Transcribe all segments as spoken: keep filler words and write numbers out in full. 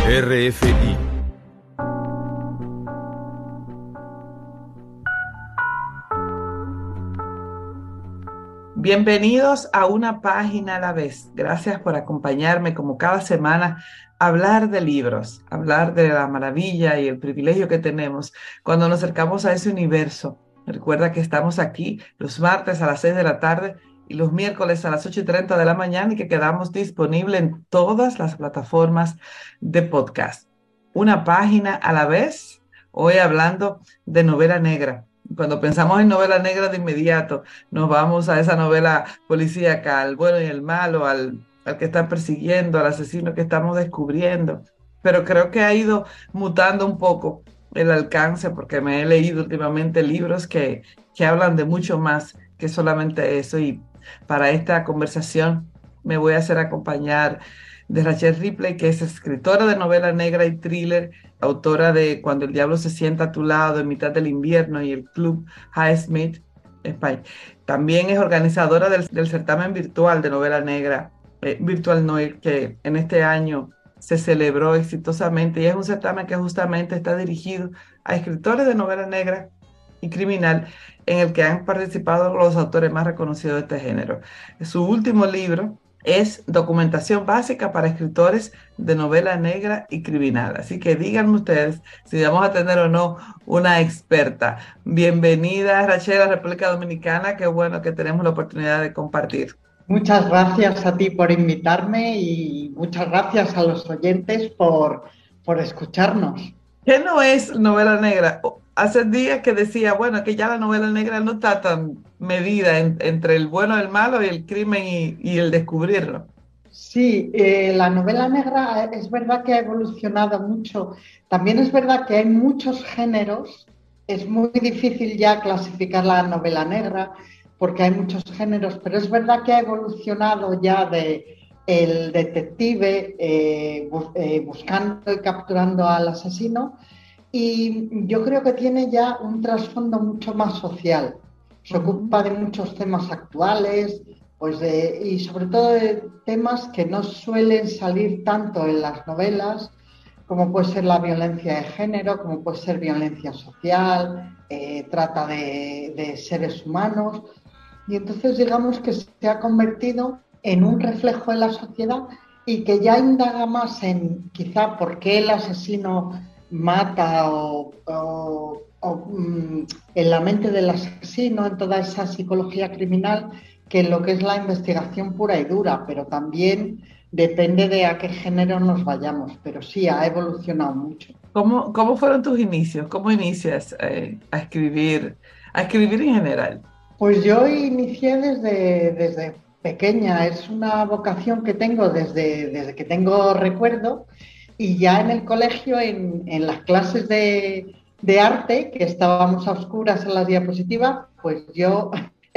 R F I. Bienvenidos a Una Página a la Vez. Gracias por acompañarme como cada semana a hablar de libros, hablar de la maravilla y el privilegio que tenemos cuando nos acercamos a ese universo. Recuerda que estamos aquí los martes a las seis de la tarde y los miércoles a las ocho y treinta de la mañana y que quedamos disponibles en todas las plataformas de podcast. Una página a la vez, hoy hablando de novela negra. Cuando pensamos en novela negra de inmediato, nos vamos a esa novela policíaca, al bueno y el malo, al, al que están persiguiendo, al asesino que estamos descubriendo. Pero creo que ha ido mutando un poco el alcance porque me he leído últimamente libros que, que hablan de mucho más que solamente eso. Y para esta conversación me voy a hacer acompañar de Rachel Ripley, que es escritora de novela negra y thriller, autora de Cuando el diablo se sienta a tu lado, En mitad del invierno y el Club Highsmith España. También es organizadora del, del certamen virtual de novela negra, eh, Virtual Noir, que en este año se celebró exitosamente y es un certamen que justamente está dirigido a escritores de novela negra y criminal, en el que han participado los autores más reconocidos de este género. Su último libro es Documentación básica para escritores de novela negra y criminal. Así que díganme ustedes si vamos a tener o no una experta. Bienvenida, Rachel, a República Dominicana. Qué bueno que tenemos la oportunidad de compartir. Muchas gracias a ti por invitarme y muchas gracias a los oyentes por, por escucharnos. ¿Qué no es novela negra? Hace días que decía, bueno, que ya la novela negra no está tan medida en- entre el bueno, el malo y el crimen y, y el descubrirlo. Sí, eh, la novela negra es verdad que ha evolucionado mucho. También es verdad que hay muchos géneros. Es muy difícil ya clasificar la novela negra porque hay muchos géneros, pero es verdad que ha evolucionado ya de el detective eh, bus- eh, buscando y capturando al asesino. Y yo creo que tiene ya un trasfondo mucho más social. Se Ujú. ocupa de muchos temas actuales, pues de, y sobre todo de temas que no suelen salir tanto en las novelas, como puede ser la violencia de género, como puede ser violencia social, eh, trata de, de seres humanos. Y entonces digamos que se ha convertido en un reflejo de la sociedad y que ya indaga más en quizá por qué el asesino mata o, o, o mm, en la mente del asesino, en toda esa psicología criminal, que en lo que es la investigación pura y dura, pero también depende de a qué género nos vayamos, pero sí ha evolucionado mucho. ¿Cómo, cómo fueron tus inicios? ¿Cómo inicias eh, a escribir, a escribir en general? Pues yo inicié desde, desde pequeña, es una vocación que tengo desde, desde que tengo recuerdo y ya en el colegio, en, en las clases de, de arte, que estábamos a oscuras en las diapositivas, pues yo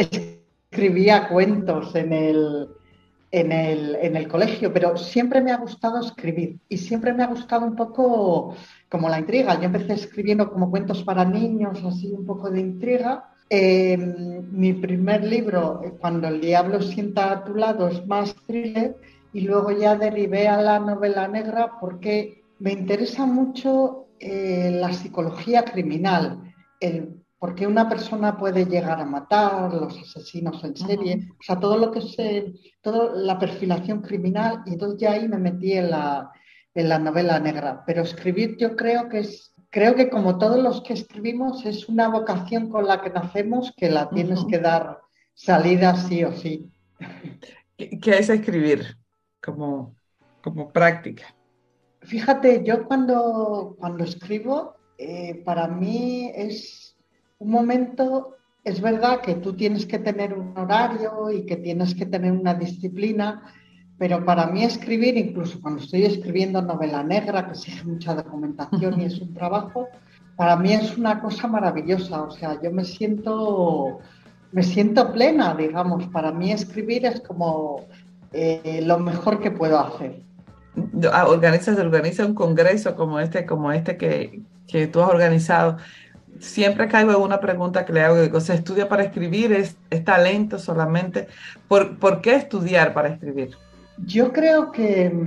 escribía cuentos en el, en el, en el colegio, pero siempre me ha gustado escribir y siempre me ha gustado un poco como la intriga. Yo empecé escribiendo como cuentos para niños, así un poco de intriga. Eh, mi primer libro, eh, Cuando el diablo sienta a tu lado, es más thriller y luego ya derivé a la novela negra porque me interesa mucho eh, la psicología criminal, el por qué una persona puede llegar a matar, los asesinos en Ujú. serie, o sea, todo lo que es eh, toda la perfilación criminal y entonces ya ahí me metí en la, en la novela negra. Pero escribir yo creo que es, creo que como todos los que escribimos es una vocación con la que nacemos que la tienes que Ujú. dar salida sí o sí. ¿Qué, qué es escribir como, como práctica? Fíjate, yo cuando, cuando escribo, eh, para mí es un momento, es verdad que tú tienes que tener un horario y que tienes que tener una disciplina, pero para mí escribir, incluso cuando estoy escribiendo novela negra, que exige mucha documentación y es un trabajo, para mí es una cosa maravillosa. O sea, yo me siento, me siento plena, digamos. Para mí escribir es como eh, lo mejor que puedo hacer. Ah, organiza, se organiza un congreso como este, como este que, que tú has organizado. Siempre caigo en una pregunta que le hago, digo, ¿se estudia para escribir? ¿Es, es talento solamente? ¿Por, por qué estudiar para escribir? Yo creo que,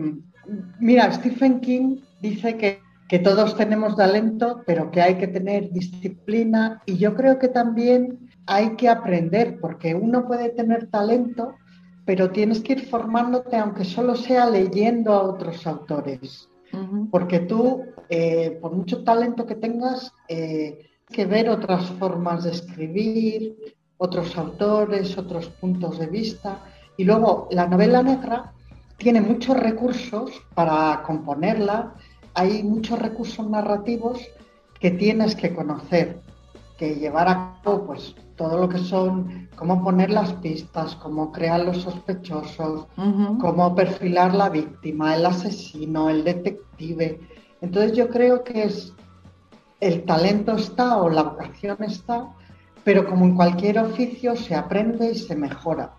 Mira, Stephen King dice que, que todos tenemos talento, pero que hay que tener disciplina y yo creo que también hay que aprender, porque uno puede tener talento, pero tienes que ir formándote, aunque solo sea leyendo a otros autores. Ujú. Porque tú, eh, por mucho talento que tengas, eh, hay que ver otras formas de escribir, otros autores, otros puntos de vista. Y luego la novela negra tiene muchos recursos para componerla, hay muchos recursos narrativos que tienes que conocer, que llevar a cabo, pues todo lo que son, cómo poner las pistas, cómo crear los sospechosos, Ujú. cómo perfilar la víctima, el asesino, el detective. Entonces yo creo que es el talento está o la vocación está, pero como en cualquier oficio se aprende y se mejora.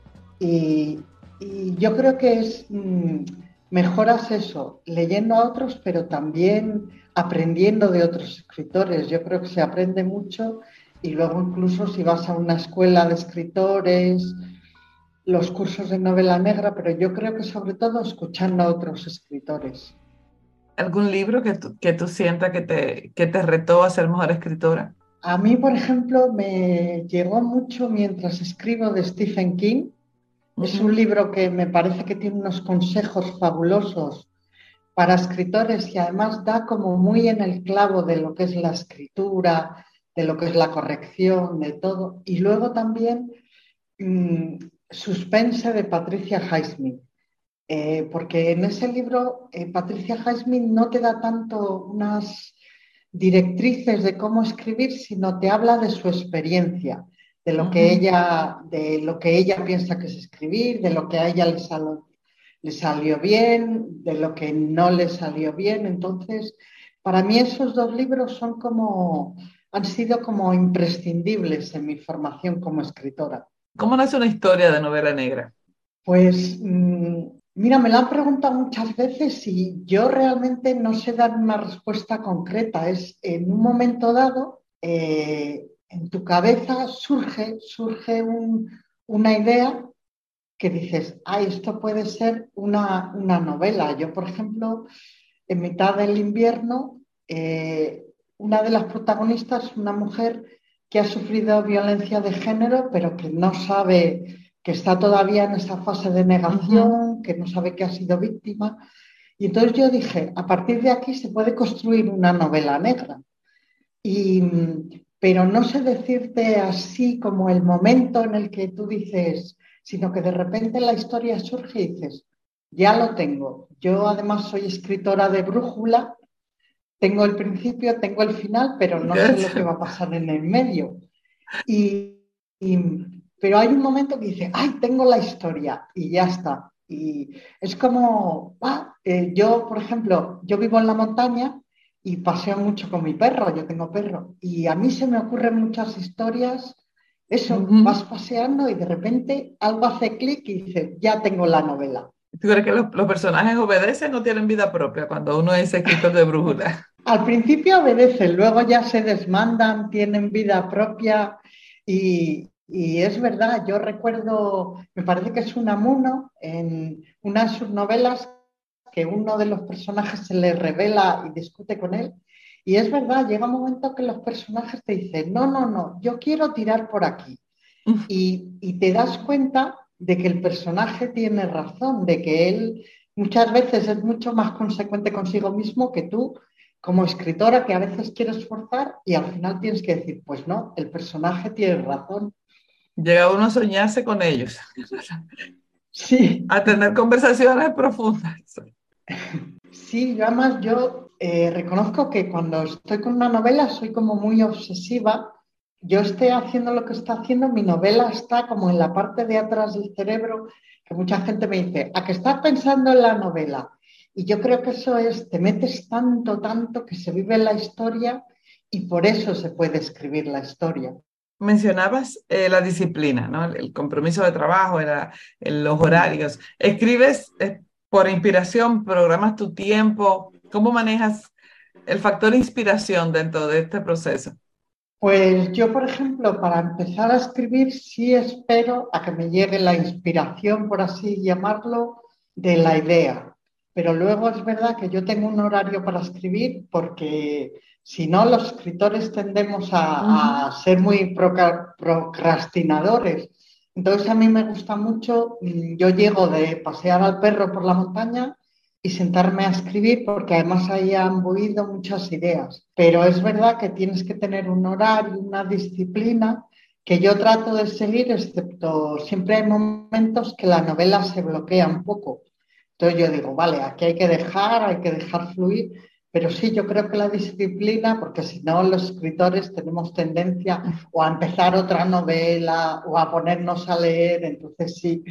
Y, y yo creo que es mmm, mejoras eso, leyendo a otros, pero también aprendiendo de otros escritores. Yo creo que se aprende mucho y luego incluso si vas a una escuela de escritores, los cursos de novela negra, pero yo creo que sobre todo escuchando a otros escritores. ¿Algún libro que tú, que tú sientas que te, que te retó a ser mejor escritora? A mí, por ejemplo, me llegó mucho mientras escribo de Stephen King. Es un Ujú. libro que me parece que tiene unos consejos fabulosos para escritores y además da como muy en el clavo de lo que es la escritura, de lo que es la corrección, de todo. Y luego también mmm, Suspense de Patricia Highsmith. Eh, porque en ese libro eh, Patricia Highsmith no te da tanto unas directrices de cómo escribir, sino te habla de su experiencia, de lo que Ujú. ella, de lo que ella piensa que es escribir, de lo que a ella le, sal, le salió bien, de lo que no le salió bien. Entonces, para mí esos dos libros son como, han sido como imprescindibles en mi formación como escritora. ¿Cómo nace una historia de novela negra? Pues mmm, mira, me lo han preguntado muchas veces y yo realmente no sé dar una respuesta concreta. Es en un momento dado, eh, en tu cabeza surge, surge un- una idea que dices, ah, esto puede ser una, una novela. Yo, por ejemplo, en mitad del invierno, eh, una de las protagonistas es una mujer que ha sufrido violencia de género, pero que no sabe, que está todavía en esa fase de Ujú. negación, que no sabe que ha sido víctima. Y entonces yo dije, a partir de aquí se puede construir una novela negra. Y, pero no sé decirte así como el momento en el que tú dices, sino que de repente la historia surge y dices, ya lo tengo. Yo además soy escritora de brújula, tengo el principio, tengo el final, pero no sé lo que va a pasar en el medio. Y, y, pero hay un momento que dice, ay, tengo la historia y ya está. Y es como, ah, eh, yo, por ejemplo, yo vivo en la montaña y paseo mucho con mi perro, yo tengo perro, y a mí se me ocurren muchas historias, eso, vas Ujú. paseando y de repente algo hace clic y dices, ya tengo la novela. ¿Tú crees que los, los personajes obedecen o tienen vida propia cuando uno es escritor de brújula? Al principio obedecen, luego ya se desmandan, tienen vida propia y, y es verdad, yo recuerdo, me parece que es Unamuno, en una de sus novelas, que uno de los personajes se le revela y discute con él. Y es verdad, llega un momento que los personajes te dicen, no, no, no, yo quiero tirar por aquí. Y, y te das cuenta de que el personaje tiene razón, de que él muchas veces es mucho más consecuente consigo mismo que tú como escritora, que a veces quieres forzar y al final tienes que decir, pues no, el personaje tiene razón. Llega uno a soñarse con ellos, Sí, a tener conversaciones profundas. sí, yo además yo eh, reconozco que cuando estoy con una novela soy como muy obsesiva. Yo esté haciendo lo que está haciendo, mi novela está como en la parte de atrás del cerebro, que mucha gente me dice, ¿a qué estás pensando en la novela? Y yo creo que eso es, te metes tanto, tanto que se vive la historia y por eso se puede escribir la historia. Mencionabas eh, la disciplina, ¿no? El, el compromiso de trabajo, era, en los Mm. horarios. ¿Escribes eh, por inspiración? ¿Programas tu tiempo? ¿Cómo manejas el factor inspiración dentro de este proceso? Pues yo, por ejemplo, para empezar a escribir, sí espero a que me llegue la inspiración, por así llamarlo, de la idea. pero luego es verdad que yo tengo un horario para escribir porque si no, los escritores tendemos a, a Ujú. ser muy proca- procrastinadores. Entonces a mí me gusta mucho, mm, yo llego de pasear al perro por la montaña y sentarme a escribir porque además ahí han buido muchas ideas. Pero es verdad que tienes que tener un horario, una disciplina que yo trato de seguir, excepto siempre hay momentos que la novela se bloquea un poco. Entonces yo digo, vale, aquí hay que dejar, hay que dejar fluir, pero sí, yo creo que la disciplina, porque si no los escritores tenemos tendencia o a empezar otra novela o a ponernos a leer, entonces sí.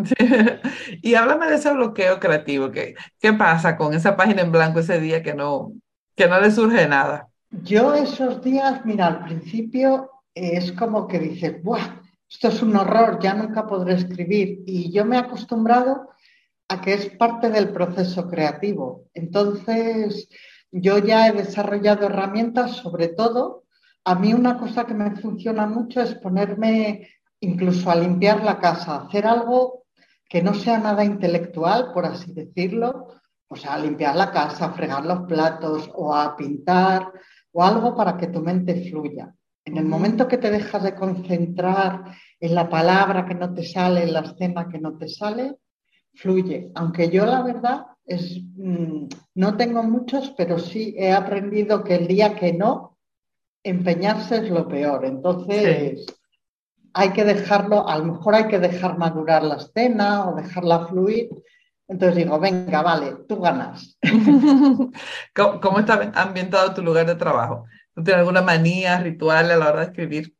Y háblame de ese bloqueo creativo. ¿Qué, qué pasa con esa página en blanco ese día que no, que no le surge nada? Yo esos días, mira, al principio eh, es como que dices, ¡buah! Esto es un horror, ya nunca podré escribir. Y yo me he acostumbrado a que es parte del proceso creativo. Entonces, yo ya he desarrollado herramientas, sobre todo, a mí una cosa que me funciona mucho es ponerme incluso a limpiar la casa, hacer algo que no sea nada intelectual, por así decirlo, o sea, limpiar la casa, fregar los platos o a pintar o algo para que tu mente fluya. En el Ujú. momento que te dejas de concentrar en la palabra que no te sale, en la escena que no te sale, fluye. Aunque yo la verdad es, mmm, no tengo muchos, pero sí he aprendido que el día que no, empeñarse es lo peor. Sí. Entonces hay que dejarlo, a lo mejor hay que dejar madurar la escena o dejarla fluir. Entonces digo, venga, vale, tú ganas. ¿Cómo, cómo está ambientado tu lugar de trabajo? ¿Tú tienes alguna manía, ritual a la hora de escribir?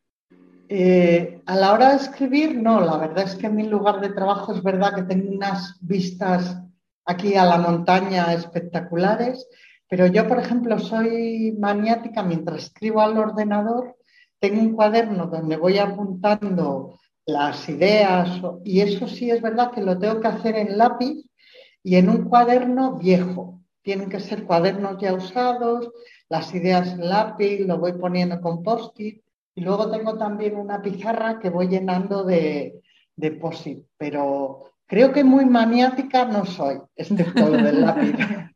Eh, a la hora de escribir, no, la verdad es que en mi lugar de trabajo es verdad que tengo unas vistas aquí a la montaña espectaculares, pero yo, por ejemplo, soy maniática mientras escribo al ordenador, tengo un cuaderno donde voy apuntando las ideas y eso sí es verdad que lo tengo que hacer en lápiz y en un cuaderno viejo. Tienen que ser cuadernos ya usados, las ideas en lápiz, lo voy poniendo con post-it y luego tengo también una pizarra que voy llenando de, de post-it, pero creo que muy maniática no soy, excepto lo del lápiz.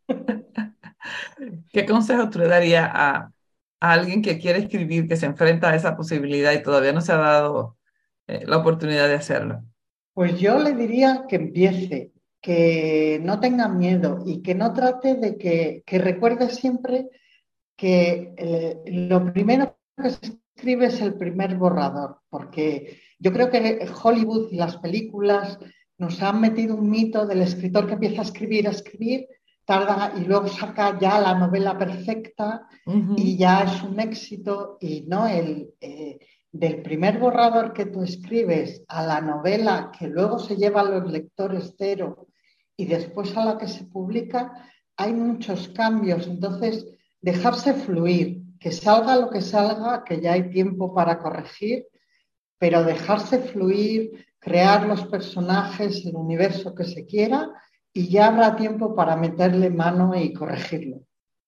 ¿Qué consejo tú le darías a, a alguien que quiere escribir, que se enfrenta a esa posibilidad y todavía no se ha dado eh, la oportunidad de hacerlo? Pues yo le diría que empiece, que no tenga miedo y que no trate de que, que recuerde siempre que eh, lo primero que se escribe es el primer borrador, porque yo creo que Hollywood y las películas nos han metido un mito del escritor que empieza a escribir, a escribir, tarda y luego saca ya la novela perfecta y Ujú. ya es un éxito y no el... Eh, del primer borrador que tú escribes a la novela que luego se lleva a los lectores cero y después a la que se publica, hay muchos cambios. Entonces, dejarse fluir, que salga lo que salga, que ya hay tiempo para corregir, pero dejarse fluir, crear los personajes, el universo que se quiera y ya habrá tiempo para meterle mano y corregirlo.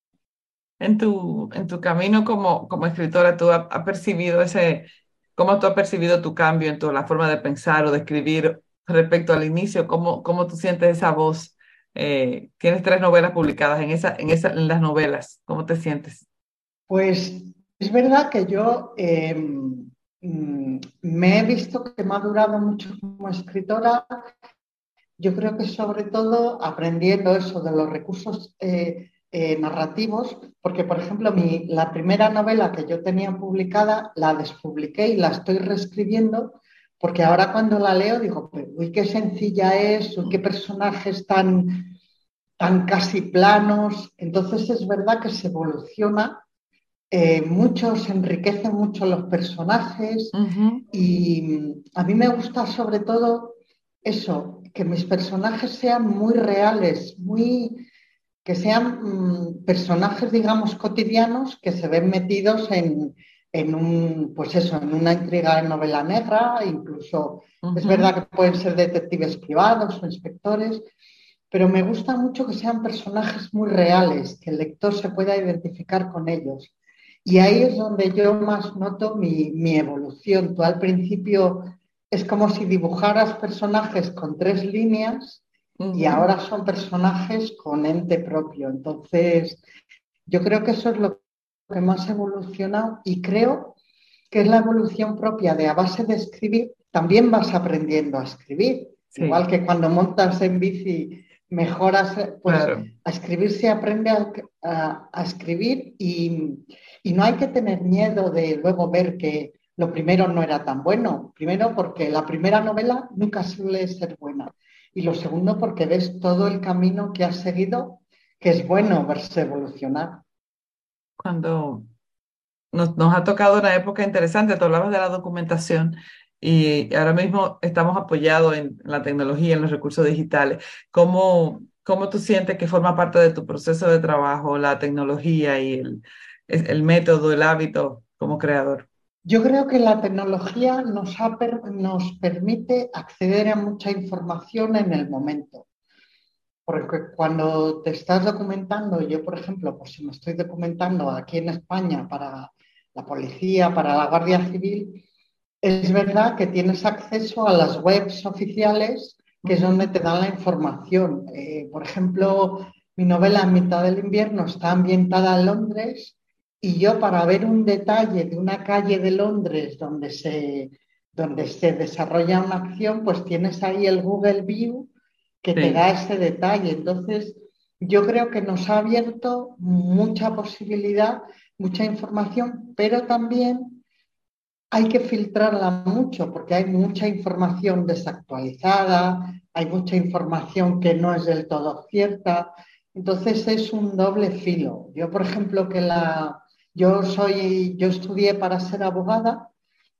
En tu, en tu camino como, como escritora, ¿tú has, has percibido ese, cómo tú has percibido tu cambio en tu, la forma de pensar o de escribir respecto al inicio? ¿Cómo, cómo tú sientes esa voz? Eh, tienes tres novelas publicadas en, esa, en, esa, en las novelas. ¿Cómo te sientes? Pues es verdad que yo eh, mm, me he visto que he madurado mucho como escritora. Yo creo que sobre todo aprendiendo eso de los recursos eh, eh, narrativos, porque por ejemplo mi, la primera novela que yo tenía publicada la despubliqué y la estoy reescribiendo, porque ahora cuando la leo digo, pues, uy, qué sencilla es, uy, qué personajes tan, tan casi planos. Entonces es verdad que se evoluciona eh, mucho, se enriquecen mucho los personajes Ujú. y a mí me gusta sobre todo eso, que mis personajes sean muy reales, muy, que sean mmm, personajes, digamos, cotidianos que se ven metidos en, en un, pues eso, en una intriga de novela negra, incluso es Ujú. verdad que pueden ser detectives privados o inspectores, pero me gusta mucho que sean personajes muy reales, que el lector se pueda identificar con ellos. Y ahí es donde yo más noto mi, mi evolución. Tú al principio es como si dibujaras personajes con tres líneas y Ujú. ahora son personajes con ente propio. Entonces, yo creo que eso es lo que más ha evolucionado y creo que es la evolución propia de a base de escribir, también vas aprendiendo a escribir. Igual Sí, que cuando montas en bici, mejoras, pues claro. a escribir se aprende a, a- a escribir y, y no hay que tener miedo de luego ver que lo primero no era tan bueno. Primero porque la primera novela nunca suele ser buena. Y lo segundo porque ves todo el camino que has seguido, que es bueno verse evolucionar. Cuando nos, nos ha tocado una época interesante, tú hablabas de la documentación y ahora mismo estamos apoyados en la tecnología, en los recursos digitales. ¿Cómo, cómo tú sientes que forma parte de tu proceso de trabajo la tecnología y el, es- el método, el hábito como creador? Yo creo que la tecnología nos, ha per- nos permite acceder a mucha información en el momento. Porque cuando te estás documentando, yo por ejemplo, pues si me estoy documentando aquí en España para la policía, para la Guardia Civil, es verdad que tienes acceso a las webs oficiales, que es donde Ujú. te dan la información. Eh, por ejemplo, mi novela En mitad del invierno está ambientada en Londres y yo para ver un detalle de una calle de Londres donde se, donde se desarrolla una acción, pues tienes ahí el Google View que te da Sí, ese detalle. Entonces, yo creo que nos ha abierto mucha posibilidad, mucha información, pero también hay que filtrarla mucho porque hay mucha información desactualizada, hay mucha información que no es del todo cierta. Entonces es un doble filo. Yo, por ejemplo, que la, yo soy, yo estudié para ser abogada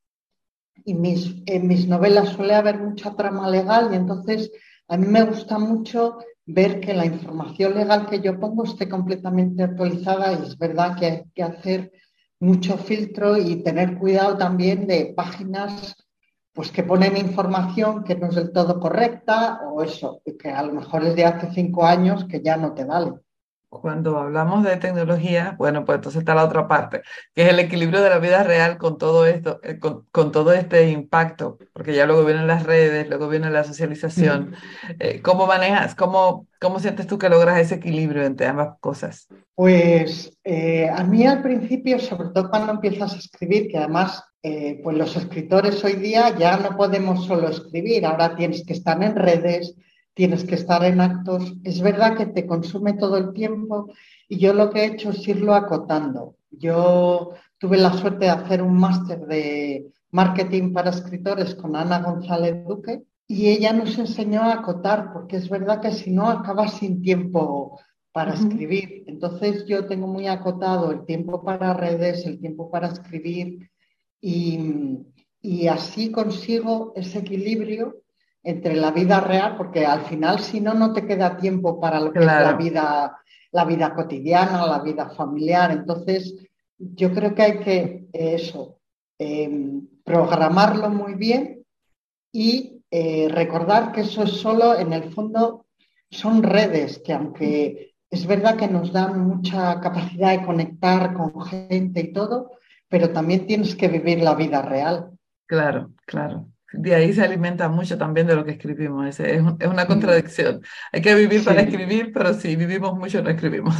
y mis, en mis novelas suele haber mucha trama legal y entonces a mí me gusta mucho ver que la información legal que yo pongo esté completamente actualizada y es verdad que hay que hacer mucho filtro y tener cuidado también de páginas pues que ponen información que no es del todo correcta o eso, que a lo mejor es de hace cinco años que ya no te vale. cuando hablamos de tecnología, bueno, pues entonces está la otra parte, que es el equilibrio de la vida real con todo esto, eh, con, con todo este impacto, porque ya luego vienen las redes, luego viene la socialización. Mm. Eh, ¿cómo manejas, cómo, cómo sientes tú que logras ese equilibrio entre ambas cosas? Pues eh, a mí al principio, sobre todo cuando empiezas a escribir, que además eh, pues los escritores hoy día ya no podemos solo escribir, ahora tienes que estar en redes, tienes que estar en actos. Es verdad que te consume todo el tiempo y yo lo que he hecho es irlo acotando. Yo tuve la suerte de hacer un máster de marketing para escritores con Ana González Duque y ella nos enseñó a acotar, porque es verdad que si no acabas sin tiempo para Ujú. escribir. Entonces yo tengo muy acotado el tiempo para redes, el tiempo para escribir y, y así consigo ese equilibrio entre la vida real, porque al final si no, no te queda tiempo para lo que es la Claro, vida, la vida cotidiana, la vida familiar. Entonces yo creo que hay que eh, eso, eh, programarlo muy bien y eh, recordar que eso es solo, en el fondo, son redes que aunque es verdad que nos dan mucha capacidad de conectar con gente y todo, pero también tienes que vivir la vida real. claro, claro. De ahí se alimenta mucho también de lo que escribimos. Ese es, un- es una Mm. contradicción. Hay que vivir para Sí, escribir, pero si vivimos mucho no escribimos.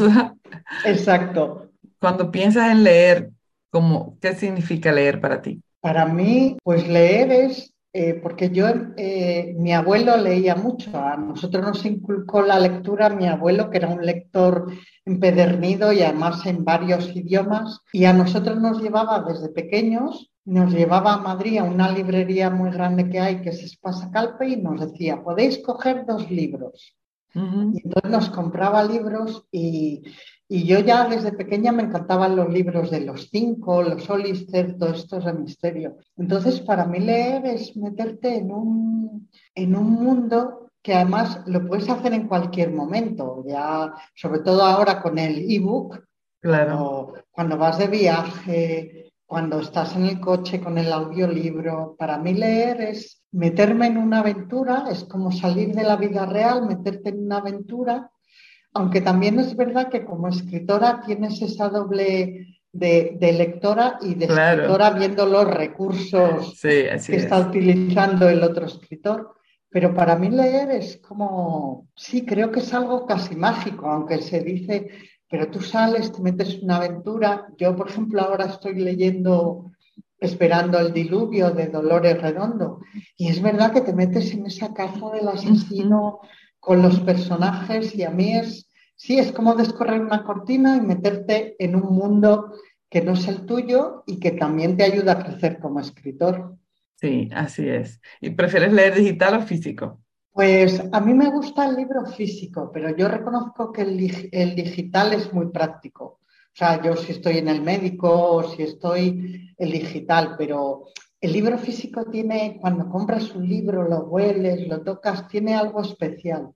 exacto. Cuando piensas en leer, ¿cómo, qué significa leer para ti? Para mí, pues leer es, eh, porque yo, eh, mi abuelo leía mucho, a nosotros nos inculcó la lectura, mi abuelo, que era un lector empedernido y además en varios idiomas, y a nosotros nos llevaba desde pequeños, nos llevaba a Madrid a una librería muy grande que hay, que es Espasa Calpe, y nos decía, podéis coger dos libros. Ujú. Y entonces nos compraba libros y, y yo ya desde pequeña me encantaban los libros de los cinco, los Hollister, todos estos de misterio. Entonces, para mí leer es meterte en un, en un mundo que además lo puedes hacer en cualquier momento, ya sobre todo ahora con el ebook, Claro, cuando, cuando vas de viaje, cuando estás en el coche con el audiolibro. Para mí leer es meterme en una aventura, es como salir de la vida real, meterte en una aventura, aunque también es verdad que como escritora tienes esa doble de, de lectora y de claro. escritora viendo los recursos Sí, así que está es. utilizando el otro escritor. Pero para mí leer es como, sí, creo que es algo casi mágico, aunque se dice, pero tú sales, te metes en una aventura. Yo, por ejemplo, ahora estoy leyendo Esperando el diluvio de Dolores Redondo y es verdad que te metes en esa casa del Ujú. asesino con los personajes y a mí es, sí, es como descorrer una cortina y meterte en un mundo que no es el tuyo y que también te ayuda a crecer como escritor. Sí, así es. ¿Y prefieres leer digital o físico? Pues a mí me gusta el libro físico, pero yo reconozco que el, dig- el digital es muy práctico. O sea, yo si estoy en el médico o si estoy el digital, pero el libro físico tiene, cuando compras un libro, lo hueles, lo tocas, tiene algo especial.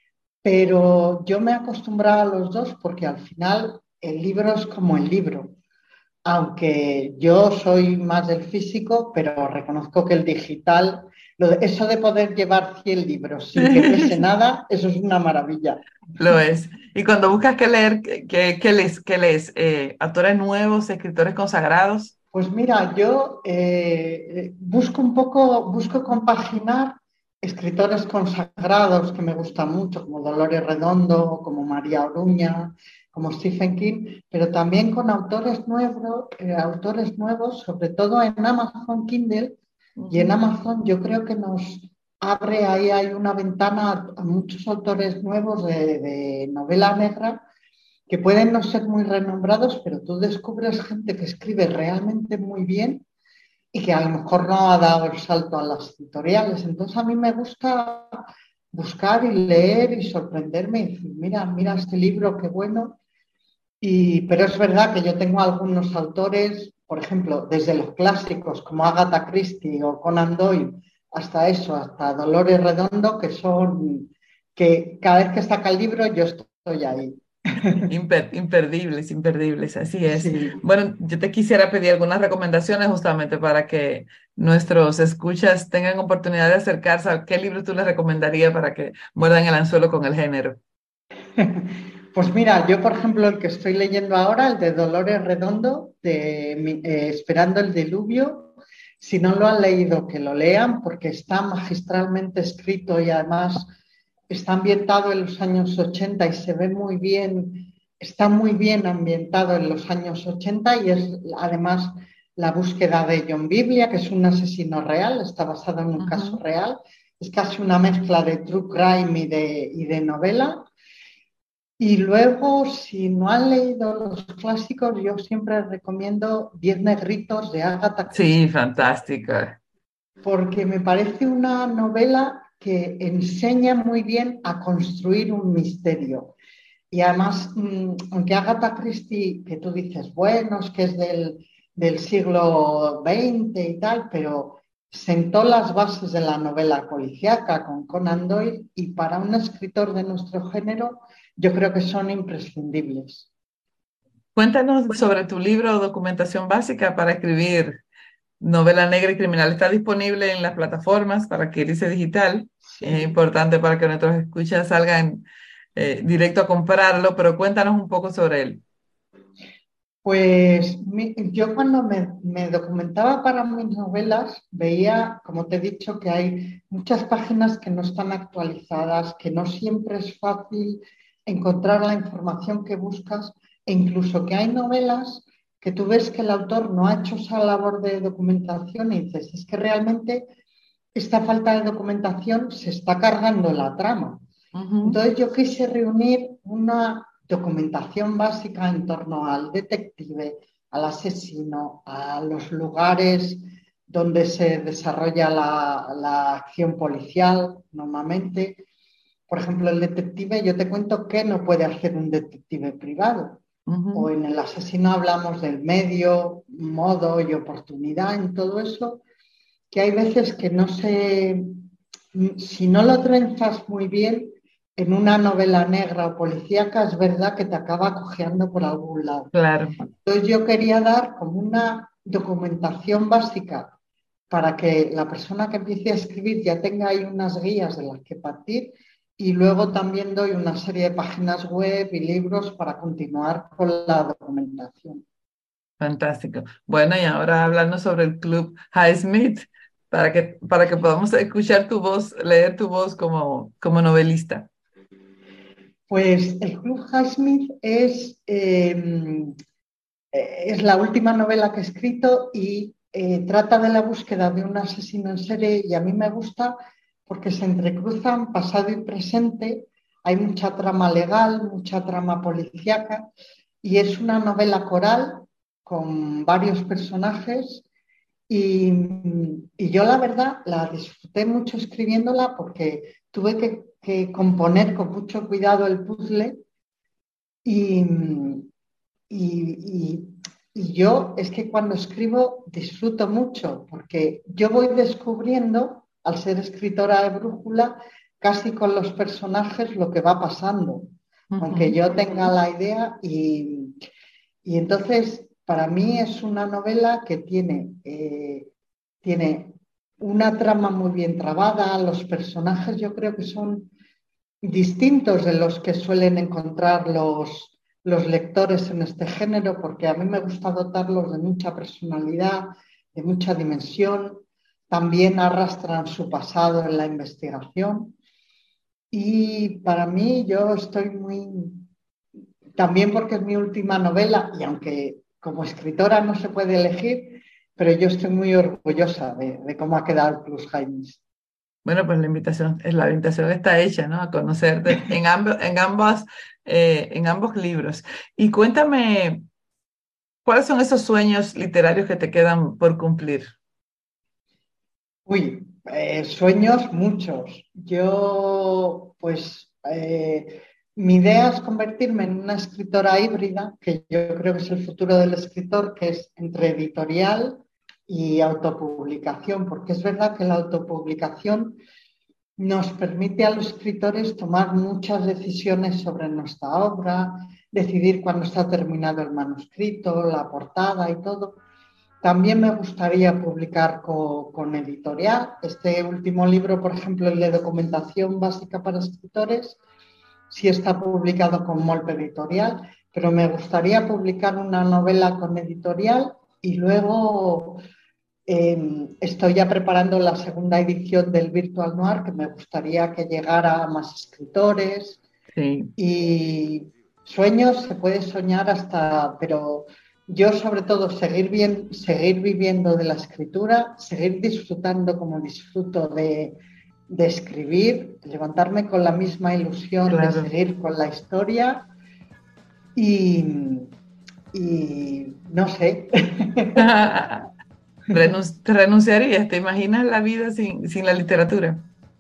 Pero yo me he acostumbrado a los dos porque al final el libro es como el libro. Aunque yo soy más del físico, pero reconozco que el digital, lo de- eso de poder llevar cien libros sin que pese nada, eso es una maravilla. Lo es. Y cuando buscas qué leer, ¿qué, qué, qué lees? ¿Qué lees? Eh, ¿autores nuevos, escritores consagrados? Pues mira, yo eh, busco un poco, busco compaginar escritores consagrados que me gustan mucho, como Dolores Redondo, como María Oruña, como Stephen King, pero también con autores nuevos, eh, autores nuevos, sobre todo en Amazon Kindle. Y en Ujú. Amazon yo creo que nos abre, ahí hay una ventana a, a muchos autores nuevos de, de novela negra que pueden no ser muy renombrados, pero tú descubres gente que escribe realmente muy bien y que a lo mejor no ha dado el salto a las editoriales. Entonces a mí me gusta buscar y leer y sorprenderme y decir, mira, mira este libro, qué bueno. Y, pero es verdad que yo tengo algunos autores, por ejemplo, desde los clásicos como Agatha Christie o Conan Doyle, hasta eso, hasta Dolores Redondo, que son, que cada vez que saca el libro yo estoy ahí. Imper- imperdibles, imperdibles, así es. Sí. Bueno, yo te quisiera pedir algunas recomendaciones justamente para que nuestros escuchas tengan oportunidad de acercarse a qué libro tú les recomendarías para que muerdan el anzuelo con el género. Pues mira, yo por ejemplo el que estoy leyendo ahora, el de Dolores Redondo, de mi- eh, Esperando el diluvio, si no lo han leído, que lo lean porque está magistralmente escrito y además está ambientado en los años ochenta y se ve muy bien, está muy bien ambientado en los años ochenta y es además la búsqueda de John Biblia, que es un asesino real, está basado en un caso Ujú. real, es casi una mezcla de true crime y de, y de novela. Y luego, si no han leído los clásicos, yo siempre recomiendo Diez Negritos de Agatha Sí, Christie, fantástica. porque me parece una novela que enseña muy bien a construir un misterio. Y además, mm, aunque Agatha Christie, que tú dices, bueno, es que es del, del siglo veinte y tal, pero sentó las bases de la novela policíaca con Conan Doyle y para un escritor de nuestro género, yo creo que son imprescindibles. Cuéntanos sobre tu libro o documentación básica para escribir novela negra y criminal. Está disponible en las plataformas para adquirirse digital. Es Sí. importante para que nuestros escuchas salgan eh, directo a comprarlo, pero cuéntanos un poco sobre él. Pues mi- yo cuando me, me documentaba para mis novelas veía, como te he dicho, que hay muchas páginas que no están actualizadas, que no siempre es fácil encontrar la información que buscas e incluso que hay novelas que tú ves que el autor no ha hecho esa labor de documentación y dices, es que realmente esta falta de documentación se está cargando la trama. Ujú. Entonces yo quise reunir una documentación básica en torno al detective, al asesino, a los lugares donde se desarrolla la, la acción policial normalmente. Por ejemplo, el detective, yo te cuento qué no puede hacer un detective privado. O Ujú. en el asesino hablamos del medio, modo y oportunidad en todo eso, que hay veces que no se, si no lo trenzas muy bien, en una novela negra o policíaca es verdad que te acaba cojeando por algún lado. Claro. Entonces yo quería dar como una documentación básica para que la persona que empiece a escribir ya tenga ahí unas guías de las que partir y luego también doy una serie de páginas web y libros para continuar con la documentación. Fantástico. Bueno, y ahora hablando sobre el Club Highsmith. para que, para que podamos escuchar tu voz, leer tu voz como, como novelista. Pues el Club Highsmith es, eh, es la última novela que he escrito y eh, trata de la búsqueda de un asesino en serie y a mí me gusta porque se entrecruzan pasado y presente, hay mucha trama legal, mucha trama policíaca y es una novela coral con varios personajes y, y yo la verdad la disfruté mucho escribiéndola porque tuve que, que componer con mucho cuidado el puzzle y, y, y, y yo es que cuando escribo disfruto mucho porque yo voy descubriendo, al ser escritora de brújula, casi con los personajes lo que va pasando, aunque Ujú. yo tenga la idea y, y entonces para mí es una novela que tiene, eh, tiene una trama muy bien trabada, los personajes yo creo que son distintos de los que suelen encontrar los, los lectores en este género, porque a mí me gusta dotarlos de mucha personalidad, de mucha dimensión, también arrastran su pasado en la investigación y para mí yo estoy muy, también porque es mi última novela y aunque como escritora no se puede elegir, pero yo estoy muy orgullosa de, de cómo ha quedado el Plus Jaimes. Bueno, pues la invitación, es la invitación está hecha, ¿no? A conocerte en ambos, en ambas, eh, en ambos libros. Y cuéntame, ¿cuáles son esos sueños literarios que te quedan por cumplir? Uy, eh, sueños muchos. Yo, pues, eh, mi idea es convertirme en una escritora híbrida, que yo creo que es el futuro del escritor, que es entre editorial y autopublicación, porque es verdad que la autopublicación nos permite a los escritores tomar muchas decisiones sobre nuestra obra, decidir cuándo está terminado el manuscrito, la portada y todo. También me gustaría publicar con, con editorial. Este último libro, por ejemplo, el de documentación básica para escritores, sí está publicado con Molpe Editorial, pero me gustaría publicar una novela con editorial y luego eh, estoy ya preparando la segunda edición del Virtual Noir, que me gustaría que llegara a más escritores. Sí. Y sueños se puede soñar hasta, pero yo sobre todo seguir bien, seguir viviendo de la escritura, seguir disfrutando como disfruto de, de escribir, levantarme con la misma ilusión de Claro. seguir con la historia y, y no sé. Renun- ¿Te renunciarías? ¿Te imaginas la vida sin, sin la literatura?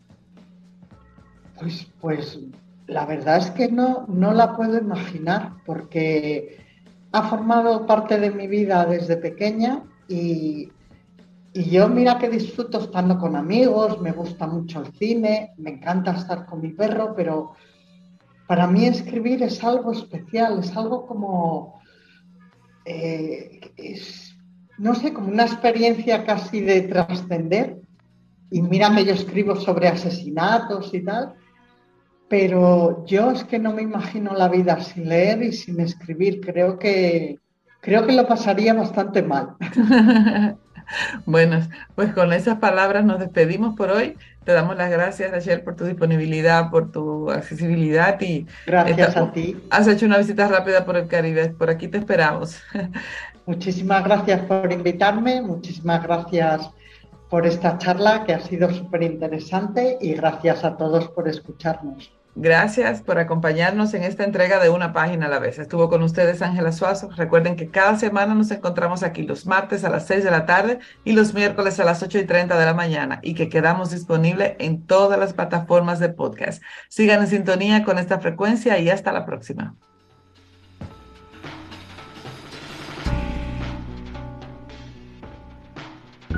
Pues, pues la verdad es que no, no la puedo imaginar porque ha formado parte de mi vida desde pequeña y, y yo mira que disfruto estando con amigos, me gusta mucho el cine, me encanta estar con mi perro, pero para mí escribir es algo especial, es algo como, eh, es, no sé, como una experiencia casi de trascender. Y mira que yo escribo sobre asesinatos y tal, pero yo es que no me imagino la vida sin leer y sin escribir. Creo que, creo que lo pasaría bastante mal. Bueno, pues con esas palabras nos despedimos por hoy. Te damos las gracias, Rachel, por tu disponibilidad, por tu accesibilidad y Gracias esta- a ti. has hecho una visita rápida por el Caribe. Por aquí te esperamos. Muchísimas gracias por invitarme, muchísimas gracias por esta charla que ha sido súper interesante y gracias a todos por escucharnos. Gracias por acompañarnos en esta entrega de Una Página a la Vez. Estuvo con ustedes Ángela Suazo. Recuerden que cada semana nos encontramos aquí los martes a las seis de la tarde y los miércoles a las ocho y treinta de la mañana y que quedamos disponibles en todas las plataformas de podcast. Sigan en sintonía con esta frecuencia y hasta la próxima.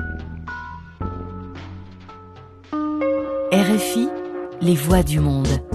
R F I, les voix du monde.